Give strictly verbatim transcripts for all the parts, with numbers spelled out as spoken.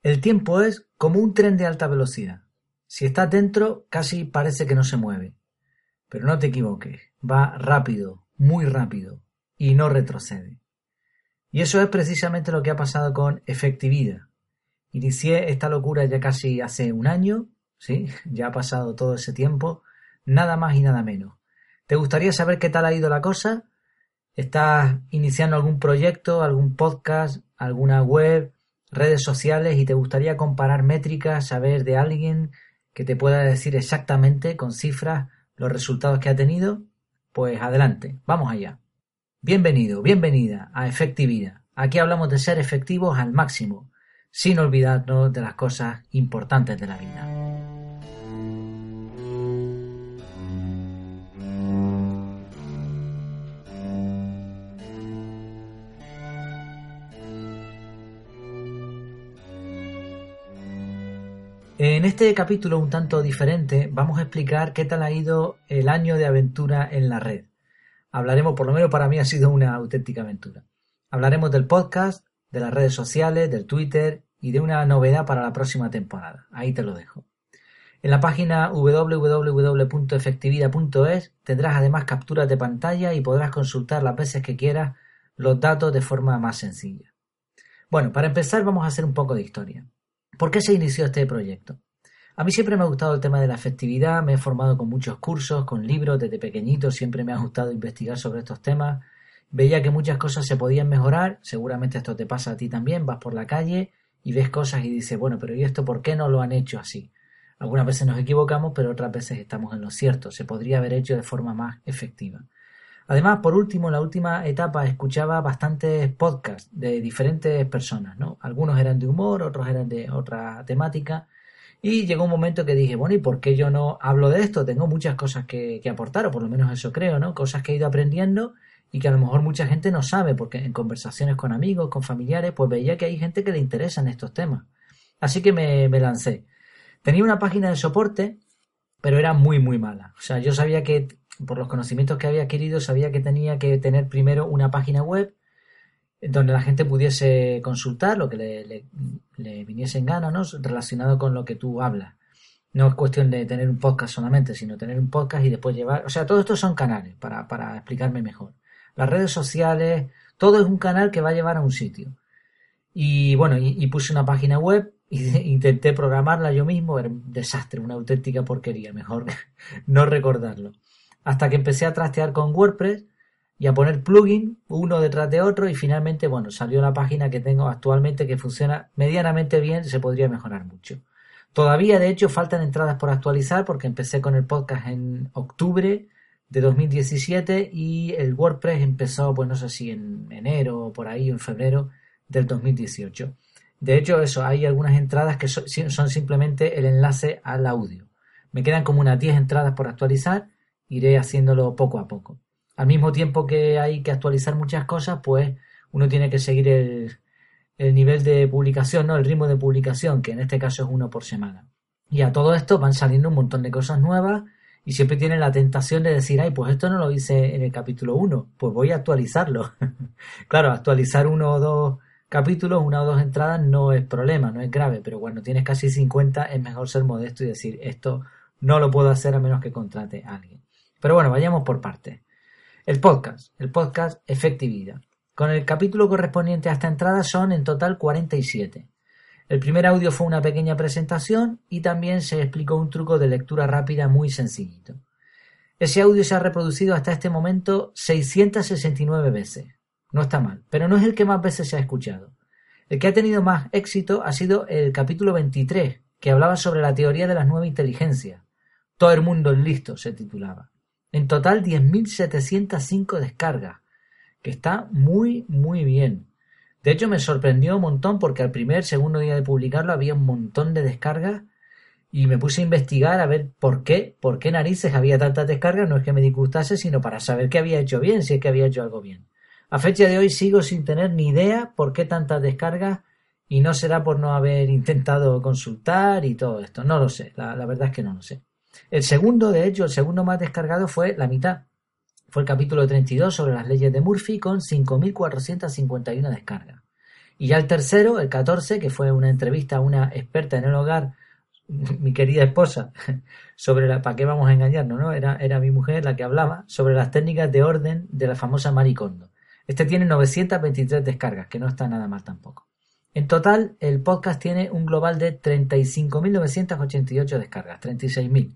El tiempo es como un tren de alta velocidad. Si estás dentro, casi parece que no se mueve. Pero no te equivoques, va rápido, muy rápido, y no retrocede. Y eso es precisamente lo que ha pasado con Efectividad. Inicié esta locura ya casi hace un año, ¿sí? Ya ha pasado todo ese tiempo, nada más y nada menos. ¿Te gustaría saber qué tal ha ido la cosa? ¿Estás iniciando algún proyecto, algún podcast, alguna web, redes sociales y te gustaría comparar métricas, saber de alguien que te pueda decir exactamente con cifras los resultados que ha tenido? Pues adelante, vamos allá. Bienvenido, bienvenida a Efectividad. Aquí hablamos de ser efectivos al máximo, sin olvidarnos de las cosas importantes de la vida. En este capítulo un tanto diferente vamos a explicar qué tal ha ido el año de aventura en la red. Hablaremos, por lo menos para mí ha sido una auténtica aventura. Hablaremos del podcast, de las redes sociales, del Twitter y de una novedad para la próxima temporada. Ahí te lo dejo. En la página doble u doble u doble u punto efectividad punto es tendrás además capturas de pantalla y podrás consultar las veces que quieras los datos de forma más sencilla. Bueno, para empezar vamos a hacer un poco de historia. ¿Por qué se inició este proyecto? A mí siempre me ha gustado el tema de la efectividad, me he formado con muchos cursos, con libros, desde pequeñito siempre me ha gustado investigar sobre estos temas. Veía que muchas cosas se podían mejorar, seguramente esto te pasa a ti también, vas por la calle y ves cosas y dices, bueno, pero ¿y esto por qué no lo han hecho así? Algunas veces nos equivocamos, pero otras veces estamos en lo cierto, se podría haber hecho de forma más efectiva. Además, por último, en la última etapa escuchaba bastantes podcasts de diferentes personas, ¿no? Algunos eran de humor, otros eran de otra temática. Y llegó un momento que dije, bueno, ¿y por qué yo no hablo de esto? Tengo muchas cosas que, que aportar, o por lo menos eso creo, ¿no? Cosas que he ido aprendiendo y que a lo mejor mucha gente no sabe, porque en conversaciones con amigos, con familiares, pues veía que hay gente que le interesan estos temas. Así que me, me lancé. Tenía una página de soporte, pero era muy, muy mala. O sea, yo sabía que, por los conocimientos que había adquirido, sabía que tenía que tener primero una página web donde la gente pudiese consultar lo que le, le, le viniese en gana, ¿no? Relacionado con lo que tú hablas. No es cuestión de tener un podcast solamente, sino tener un podcast y después llevar... O sea, todo esto son canales para, para explicarme mejor. Las redes sociales, todo es un canal que va a llevar a un sitio. Y bueno, y, y puse una página web e intenté programarla yo mismo. Era un desastre, una auténtica porquería. Mejor no recordarlo. Hasta que empecé a trastear con WordPress y a poner plugins uno detrás de otro y finalmente, bueno, salió la página que tengo actualmente que funciona medianamente bien, se podría mejorar mucho. Todavía, de hecho, faltan entradas por actualizar porque empecé con el podcast en octubre de dos mil diecisiete y el WordPress empezó, pues no sé si en enero o por ahí o en febrero del dos mil dieciocho. De hecho, eso, hay algunas entradas que son simplemente el enlace al audio. Me quedan como unas diez entradas por actualizar, iré haciéndolo poco a poco. Al mismo tiempo que hay que actualizar muchas cosas, pues uno tiene que seguir el, el nivel de publicación, ¿no? El ritmo de publicación, que en este caso es uno por semana. Y a todo esto van saliendo un montón de cosas nuevas y siempre tienen la tentación de decir, ay, pues esto no lo hice en el capítulo uno, pues voy a actualizarlo. Claro, actualizar uno o dos capítulos, una o dos entradas no es problema, no es grave, pero cuando tienes casi cincuenta es mejor ser modesto y decir, esto no lo puedo hacer a menos que contrate a alguien. Pero bueno, vayamos por partes. El podcast, el podcast Efectividad. Con el capítulo correspondiente a esta entrada son en total cuarenta y siete. El primer audio fue una pequeña presentación y también se explicó un truco de lectura rápida muy sencillito. Ese audio se ha reproducido hasta este momento seiscientas sesenta y nueve veces. No está mal, pero no es el que más veces se ha escuchado. El que ha tenido más éxito ha sido el capítulo veintitrés, que hablaba sobre la teoría de las nueve inteligencias. Todo el mundo es listo, se titulaba. En total diez mil setecientas cinco descargas, que está muy, muy bien. De hecho, me sorprendió un montón porque al primer, segundo día de publicarlo había un montón de descargas y me puse a investigar a ver por qué, por qué narices había tantas descargas. No es que me disgustase, sino para saber qué había hecho bien, si es que había hecho algo bien. A fecha de hoy sigo sin tener ni idea por qué tantas descargas y no será por no haber intentado consultar y todo esto. No lo sé, la, la verdad es que no lo sé. El segundo, de hecho, el segundo más descargado fue la mitad. Fue el capítulo treinta y dos sobre las leyes de Murphy con cinco mil cuatrocientas cincuenta y una descargas. Y ya el tercero, el catorce, que fue una entrevista a una experta en el hogar, mi querida esposa, sobre la, ¿para qué vamos a engañarnos, no? Era, era mi mujer la que hablaba sobre las técnicas de orden de la famosa Marie Kondo. Este tiene novecientas veintitrés descargas, que no está nada mal tampoco. En total, el podcast tiene un global de treinta y cinco mil novecientas ochenta y ocho descargas, treinta y seis mil,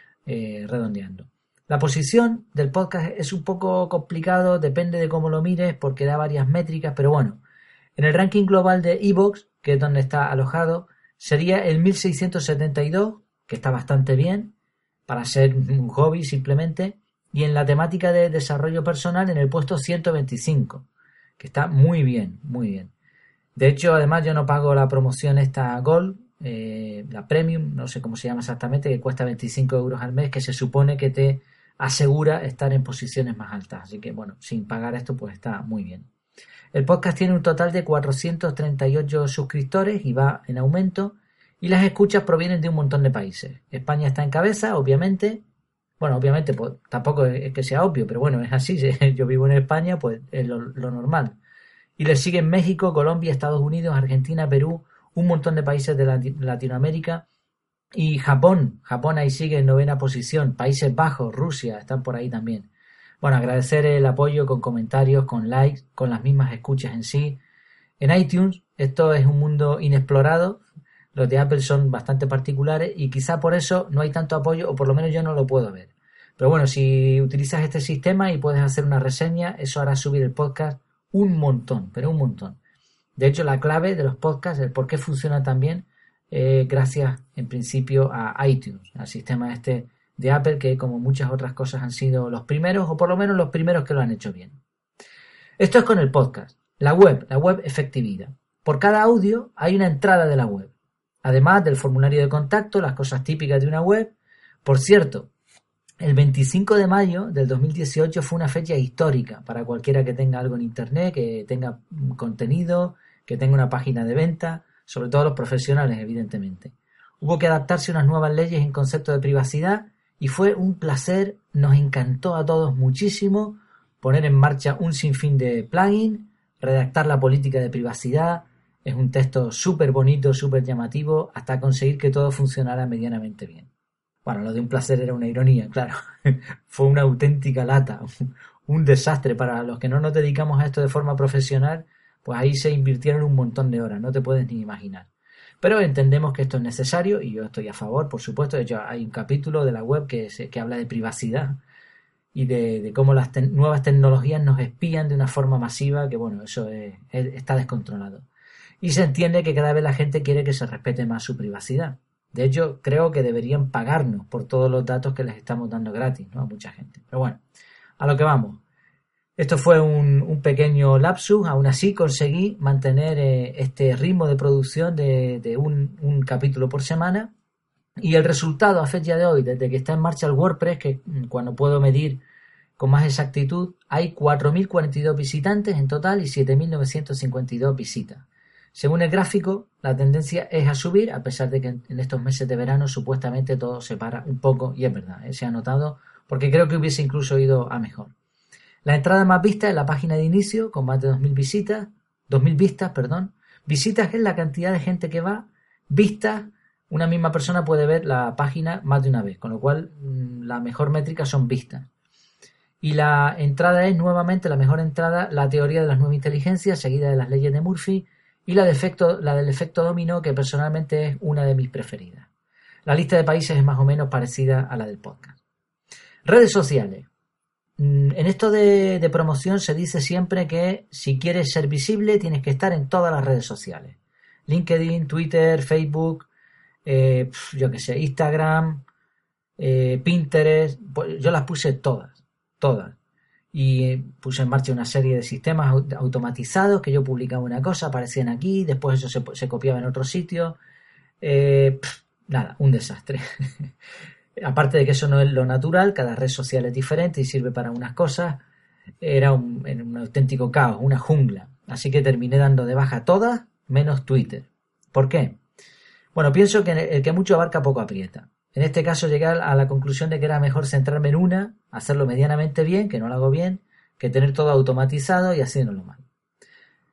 eh, redondeando. La posición del podcast es un poco complicado, depende de cómo lo mires, porque da varias métricas, pero bueno, en el ranking global de iVoox, que es donde está alojado, sería el mil seiscientos setenta y dos, que está bastante bien, para ser un hobby simplemente, y en la temática de desarrollo personal en el puesto ciento veinticinco, que está muy bien, muy bien. De hecho, además yo no pago la promoción esta Gold, eh, la Premium, no sé cómo se llama exactamente, que cuesta veinticinco euros al mes, que se supone que te asegura estar en posiciones más altas. Así que bueno, sin pagar esto pues está muy bien. El podcast tiene un total de cuatrocientos treinta y ocho suscriptores y va en aumento, y las escuchas provienen de un montón de países. España está en cabeza, obviamente. Bueno, obviamente pues tampoco es que sea obvio, pero bueno, es así. Yo vivo en España, pues es lo, lo normal. Y le siguen México, Colombia, Estados Unidos, Argentina, Perú, un montón de países de Latinoamérica y Japón. Japón ahí sigue en novena posición. Países Bajos, Rusia, están por ahí también. Bueno, agradecer el apoyo con comentarios, con likes, con las mismas escuchas en sí. En iTunes, esto es un mundo inexplorado. Los de Apple son bastante particulares y quizá por eso no hay tanto apoyo, o por lo menos yo no lo puedo ver. Pero bueno, si utilizas este sistema y puedes hacer una reseña, eso hará subir el podcast un montón, pero un montón. De hecho, la clave de los podcasts, el por qué funciona tan bien, eh, gracias en principio a iTunes, al sistema este de Apple, que como muchas otras cosas han sido los primeros, o por lo menos los primeros que lo han hecho bien. Esto es con el podcast. La web, la web efectividad. Por cada audio hay una entrada de la web. Además del formulario de contacto, las cosas típicas de una web. Por cierto, el veinticinco de mayo del dos mil dieciocho fue una fecha histórica para cualquiera que tenga algo en internet, que tenga contenido, que tenga una página de venta, sobre todo los profesionales, evidentemente. Hubo que adaptarse a unas nuevas leyes en concepto de privacidad y fue un placer, nos encantó a todos muchísimo poner en marcha un sinfín de plugins, redactar la política de privacidad. Es un texto súper bonito, súper llamativo, hasta conseguir que todo funcionara medianamente bien. Bueno, lo de un placer era una ironía, claro. Fue una auténtica lata, un desastre. Para los que no nos dedicamos a esto de forma profesional, pues ahí se invirtieron un montón de horas, no te puedes ni imaginar. Pero entendemos que esto es necesario y yo estoy a favor, por supuesto. De hecho, hay un capítulo de la web que, se, que habla de privacidad y de, de cómo las te- nuevas tecnologías nos espían de una forma masiva, que bueno, eso es, es, está descontrolado. Y se entiende que cada vez la gente quiere que se respete más su privacidad. De hecho, creo que deberían pagarnos por todos los datos que les estamos dando gratis, ¿no? A mucha gente. Pero bueno, a lo que vamos. Esto fue un, un pequeño lapsus. Aún así conseguí mantener eh, este ritmo de producción de, de un, un capítulo por semana. Y el resultado a fecha de hoy, desde que está en marcha el WordPress, que cuando puedo medir con más exactitud, hay cuatro mil cuarenta y dos visitantes en total y siete mil novecientos cincuenta y dos visitas. Según el gráfico, la tendencia es a subir, a pesar de que en estos meses de verano supuestamente todo se para un poco, y es verdad, ¿eh? Se ha notado, porque creo que hubiese incluso ido a mejor. La entrada más vista es la página de inicio, con más de dos mil visitas, dos mil vistas, perdón. Visitas es la cantidad de gente que va, vistas, una misma persona puede ver la página más de una vez, con lo cual la mejor métrica son vistas. Y la entrada es nuevamente la mejor entrada, la teoría de las nueve inteligencias, seguida de las leyes de Murphy, y la, de efecto, la del efecto dominó, que personalmente es una de mis preferidas. La lista de países es más o menos parecida a la del podcast. Redes sociales. En esto de, de promoción se dice siempre que si quieres ser visible tienes que estar en todas las redes sociales. LinkedIn, Twitter, Facebook, eh, yo qué sé, Instagram, eh, Pinterest. Pues yo las puse todas, todas. Y puse en marcha una serie de sistemas automatizados que yo publicaba una cosa, aparecían aquí, después eso se, se copiaba en otro sitio. Eh, pff, nada, un desastre. Aparte de que eso no es lo natural, cada red social es diferente y sirve para unas cosas, era un, un auténtico caos, una jungla. Así que terminé dando de baja todas, menos Twitter. ¿Por qué? Bueno, pienso que el que mucho abarca poco aprieta. En este caso llegué a la conclusión de que era mejor centrarme en una, hacerlo medianamente bien, que no lo hago bien, que tener todo automatizado y haciéndolo mal.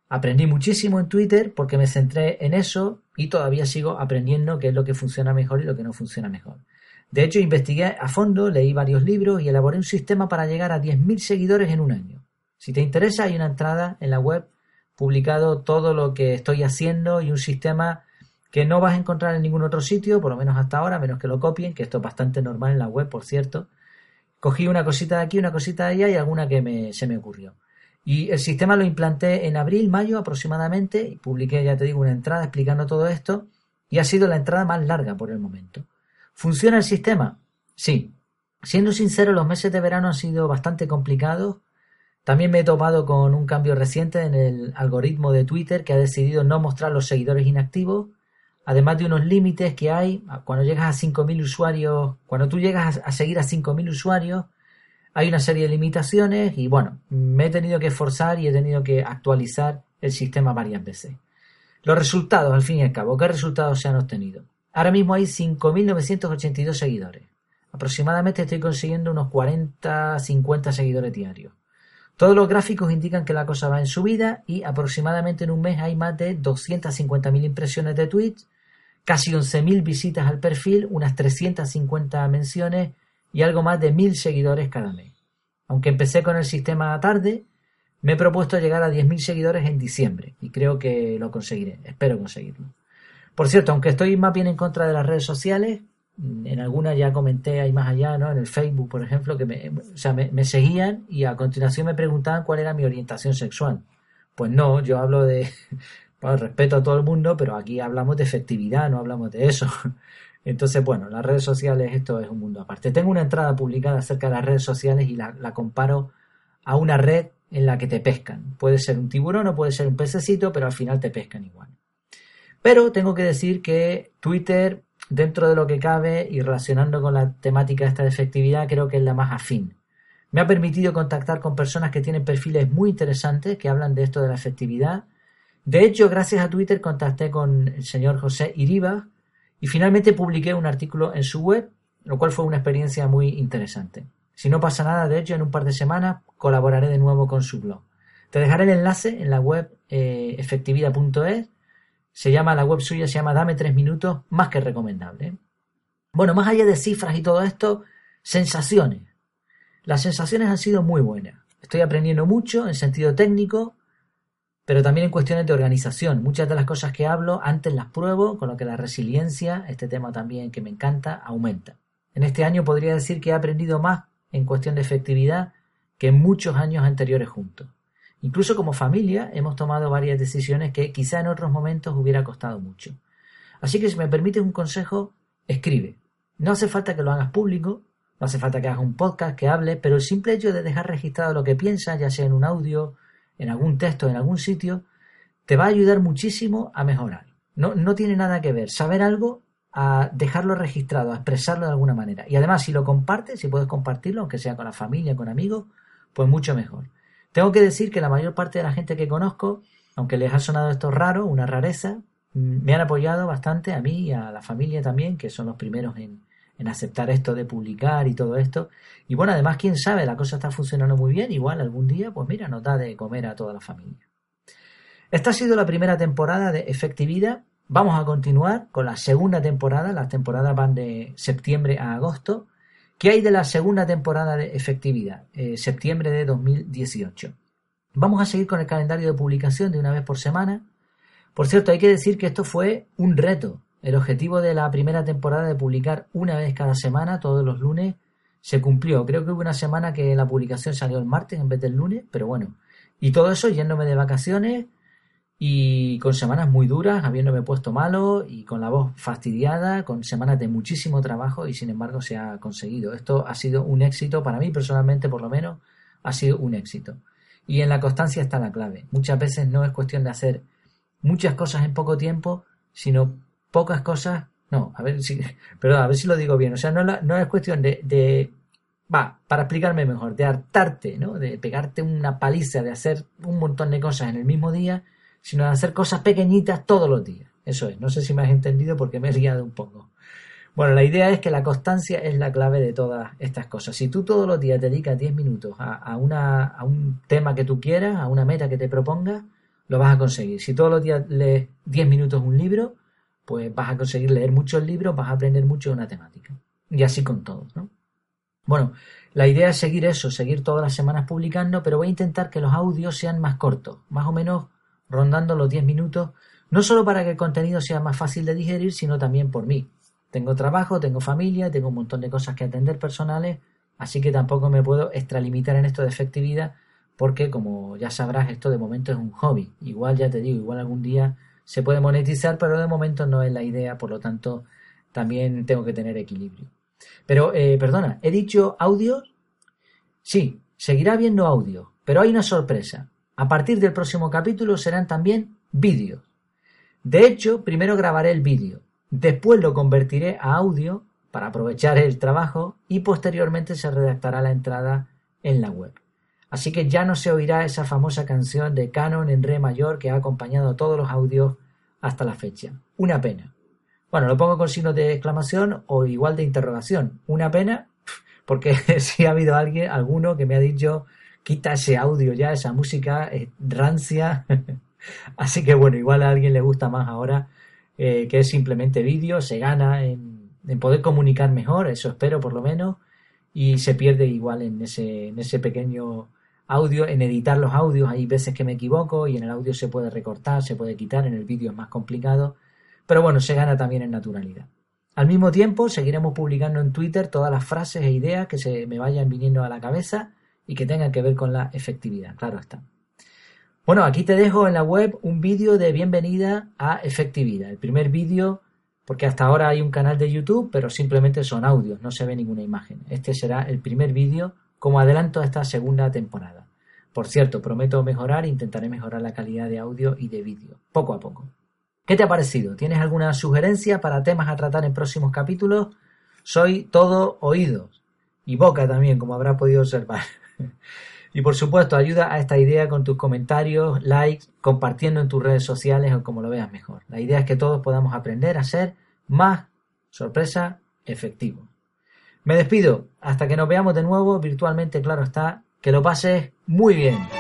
Aprendí muchísimo en Twitter porque me centré en eso y todavía sigo aprendiendo qué es lo que funciona mejor y lo que no funciona mejor. De hecho, investigué a fondo, leí varios libros y elaboré un sistema para llegar a diez mil seguidores en un año. Si te interesa, hay una entrada en la web publicado todo lo que estoy haciendo y un sistema que no vas a encontrar en ningún otro sitio, por lo menos hasta ahora, a menos que lo copien, que esto es bastante normal en la web, por cierto. Cogí una cosita de aquí, una cosita de allá y alguna que me, se me ocurrió. Y el sistema lo implanté en abril, mayo aproximadamente, y publiqué, ya te digo, una entrada explicando todo esto, y ha sido la entrada más larga por el momento. ¿Funciona el sistema? Sí. Siendo sincero, los meses de verano han sido bastante complicados. También me he topado con un cambio reciente en el algoritmo de Twitter que ha decidido no mostrar los seguidores inactivos, además de unos límites que hay cuando llegas a cinco mil usuarios, cuando tú llegas a seguir a cinco mil usuarios, hay una serie de limitaciones y bueno, me he tenido que esforzar y he tenido que actualizar el sistema varias veces. Los resultados, al fin y al cabo, ¿qué resultados se han obtenido? Ahora mismo hay cinco mil novecientos ochenta y dos seguidores. Aproximadamente estoy consiguiendo unos cuarenta a cincuenta seguidores diarios. Todos los gráficos indican que la cosa va en subida y aproximadamente en un mes hay más de doscientas cincuenta mil impresiones de tweets, casi once mil visitas al perfil, unas trescientas cincuenta menciones y algo más de mil seguidores cada mes. Aunque empecé con el sistema tarde, me he propuesto llegar a diez mil seguidores en diciembre y creo que lo conseguiré, espero conseguirlo. Por cierto, aunque estoy más bien en contra de las redes sociales, en algunas ya comenté ahí más allá, ¿no? En el Facebook, por ejemplo, que me, o sea, me, me seguían y a continuación me preguntaban cuál era mi orientación sexual. Pues no, yo hablo de, bueno, respeto a todo el mundo, pero aquí hablamos de efectividad, no hablamos de eso. Entonces, bueno, las redes sociales, esto es un mundo aparte. Tengo una entrada publicada acerca de las redes sociales y la, la comparo a una red en la que te pescan. Puede ser un tiburón o puede ser un pececito, pero al final te pescan igual. Pero tengo que decir que Twitter, dentro de lo que cabe y relacionando con la temática esta de efectividad, creo que es la más afín. Me ha permitido contactar con personas que tienen perfiles muy interesantes que hablan de esto de la efectividad. De hecho, gracias a Twitter contacté con el señor José Iriba y finalmente publiqué un artículo en su web, lo cual fue una experiencia muy interesante. Si no pasa nada, de hecho, en un par de semanas colaboraré de nuevo con su blog. Te dejaré el enlace en la web eh, efectividad punto es. Se llama, la web suya se llama Dame tres minutos, más que recomendable. Bueno, más allá de cifras y todo esto, sensaciones. Las sensaciones han sido muy buenas. Estoy aprendiendo mucho en sentido técnico, pero también en cuestiones de organización. Muchas de las cosas que hablo antes las pruebo, con lo que la resiliencia, este tema también que me encanta, aumenta. En este año podría decir que he aprendido más en cuestión de efectividad que en muchos años anteriores juntos. Incluso como familia hemos tomado varias decisiones que quizá en otros momentos hubiera costado mucho. Así que si me permites un consejo, escribe. No hace falta que lo hagas público, no hace falta que hagas un podcast, que hables, pero el simple hecho de dejar registrado lo que piensas, ya sea en un audio, en algún texto, en algún sitio, te va a ayudar muchísimo a mejorar. No, no tiene nada que ver saber algo a dejarlo registrado, a expresarlo de alguna manera. Y además, si lo compartes, si puedes compartirlo, aunque sea con la familia, con amigos, pues mucho mejor. Tengo que decir que la mayor parte de la gente que conozco, aunque les ha sonado esto raro, una rareza, me han apoyado bastante, a mí y a la familia también, que son los primeros en, en aceptar esto de publicar y todo esto. Y bueno, además, quién sabe, la cosa está funcionando muy bien, igual algún día, pues mira, nos da de comer a toda la familia. Esta ha sido la primera temporada de Efectividad. Vamos a continuar con la segunda temporada, las temporadas van de septiembre a agosto. ¿Qué hay de la segunda temporada de Efectividad? Eh, septiembre de dos mil dieciocho. Vamos a seguir con el calendario de publicación de una vez por semana. Por cierto, hay que decir que esto fue un reto. El objetivo de la primera temporada de publicar una vez cada semana, todos los lunes, se cumplió. Creo que hubo una semana que la publicación salió el martes en vez del lunes, pero bueno. Y todo eso yéndome de vacaciones y con semanas muy duras, habiéndome puesto malo y con la voz fastidiada, con semanas de muchísimo trabajo y sin embargo se ha conseguido. Esto ha sido un éxito, para mí personalmente por lo menos, ha sido un éxito. Y en la constancia está la clave. Muchas veces no es cuestión de hacer muchas cosas en poco tiempo, sino pocas cosas, no, a ver si, perdón, a ver si lo digo bien. O sea, no, la, no es cuestión de, de, va, para explicarme mejor, de hartarte, ¿no? De pegarte una paliza, de hacer un montón de cosas en el mismo día, sino de hacer cosas pequeñitas todos los días. Eso es, no sé si me has entendido porque me he guiado un poco. Bueno, la idea es que la constancia es la clave de todas estas cosas. Si tú todos los días dedicas diez minutos a, a, una, a un tema que tú quieras, a una meta que te propongas, lo vas a conseguir. Si todos los días lees diez minutos un libro, pues vas a conseguir leer muchos libros, vas a aprender mucho de una temática. Y así con todos, ¿no? Bueno, la idea es seguir eso, seguir todas las semanas publicando, pero voy a intentar que los audios sean más cortos, más o menos rondando los diez minutos, no solo para que el contenido sea más fácil de digerir, sino también por mí. Tengo trabajo, tengo familia, tengo un montón de cosas que atender personales, así que tampoco me puedo extralimitar en esto de efectividad, porque como ya sabrás, esto de momento es un hobby. Igual ya te digo, igual algún día se puede monetizar, pero de momento no es la idea, por lo tanto también tengo que tener equilibrio. Pero, eh, perdona, ¿he dicho audios? Sí, seguirá habiendo audios, pero hay una sorpresa. A partir del próximo capítulo serán también vídeos. De hecho, primero grabaré el vídeo, después lo convertiré a audio para aprovechar el trabajo y posteriormente se redactará la entrada en la web. Así que ya no se oirá esa famosa canción de Canon en re mayor que ha acompañado todos los audios hasta la fecha. Una pena. Bueno, lo pongo con signos de exclamación o igual de interrogación. Una pena, porque sí ha habido alguien, alguno que me ha dicho, quita ese audio ya, esa música es rancia. Así que bueno, igual a alguien le gusta más ahora, eh, que es simplemente vídeo, se gana en, en poder comunicar mejor, eso espero por lo menos, y se pierde igual en ese, en ese pequeño audio, en editar los audios. Hay veces que me equivoco y en el audio se puede recortar, se puede quitar, en el vídeo es más complicado. Pero bueno, se gana también en naturalidad. Al mismo tiempo, seguiremos publicando en Twitter todas las frases e ideas que se me vayan viniendo a la cabeza y que tengan que ver con la efectividad, claro está. Bueno, aquí te dejo en la web un vídeo de bienvenida a efectividad. El primer vídeo, porque hasta ahora hay un canal de YouTube, pero simplemente son audios, no se ve ninguna imagen. Este será el primer vídeo como adelanto a esta segunda temporada. Por cierto, prometo mejorar, intentaré mejorar la calidad de audio y de vídeo, poco a poco. ¿Qué te ha parecido? ¿Tienes alguna sugerencia para temas a tratar en próximos capítulos? Soy todo oídos y boca también, como habrás podido observar. Y por supuesto, ayuda a esta idea con tus comentarios, likes, compartiendo en tus redes sociales o como lo veas mejor. La idea es que todos podamos aprender a ser más, sorpresa, efectivos. Me despido. Hasta que nos veamos de nuevo virtualmente, claro está. Que lo pases muy bien.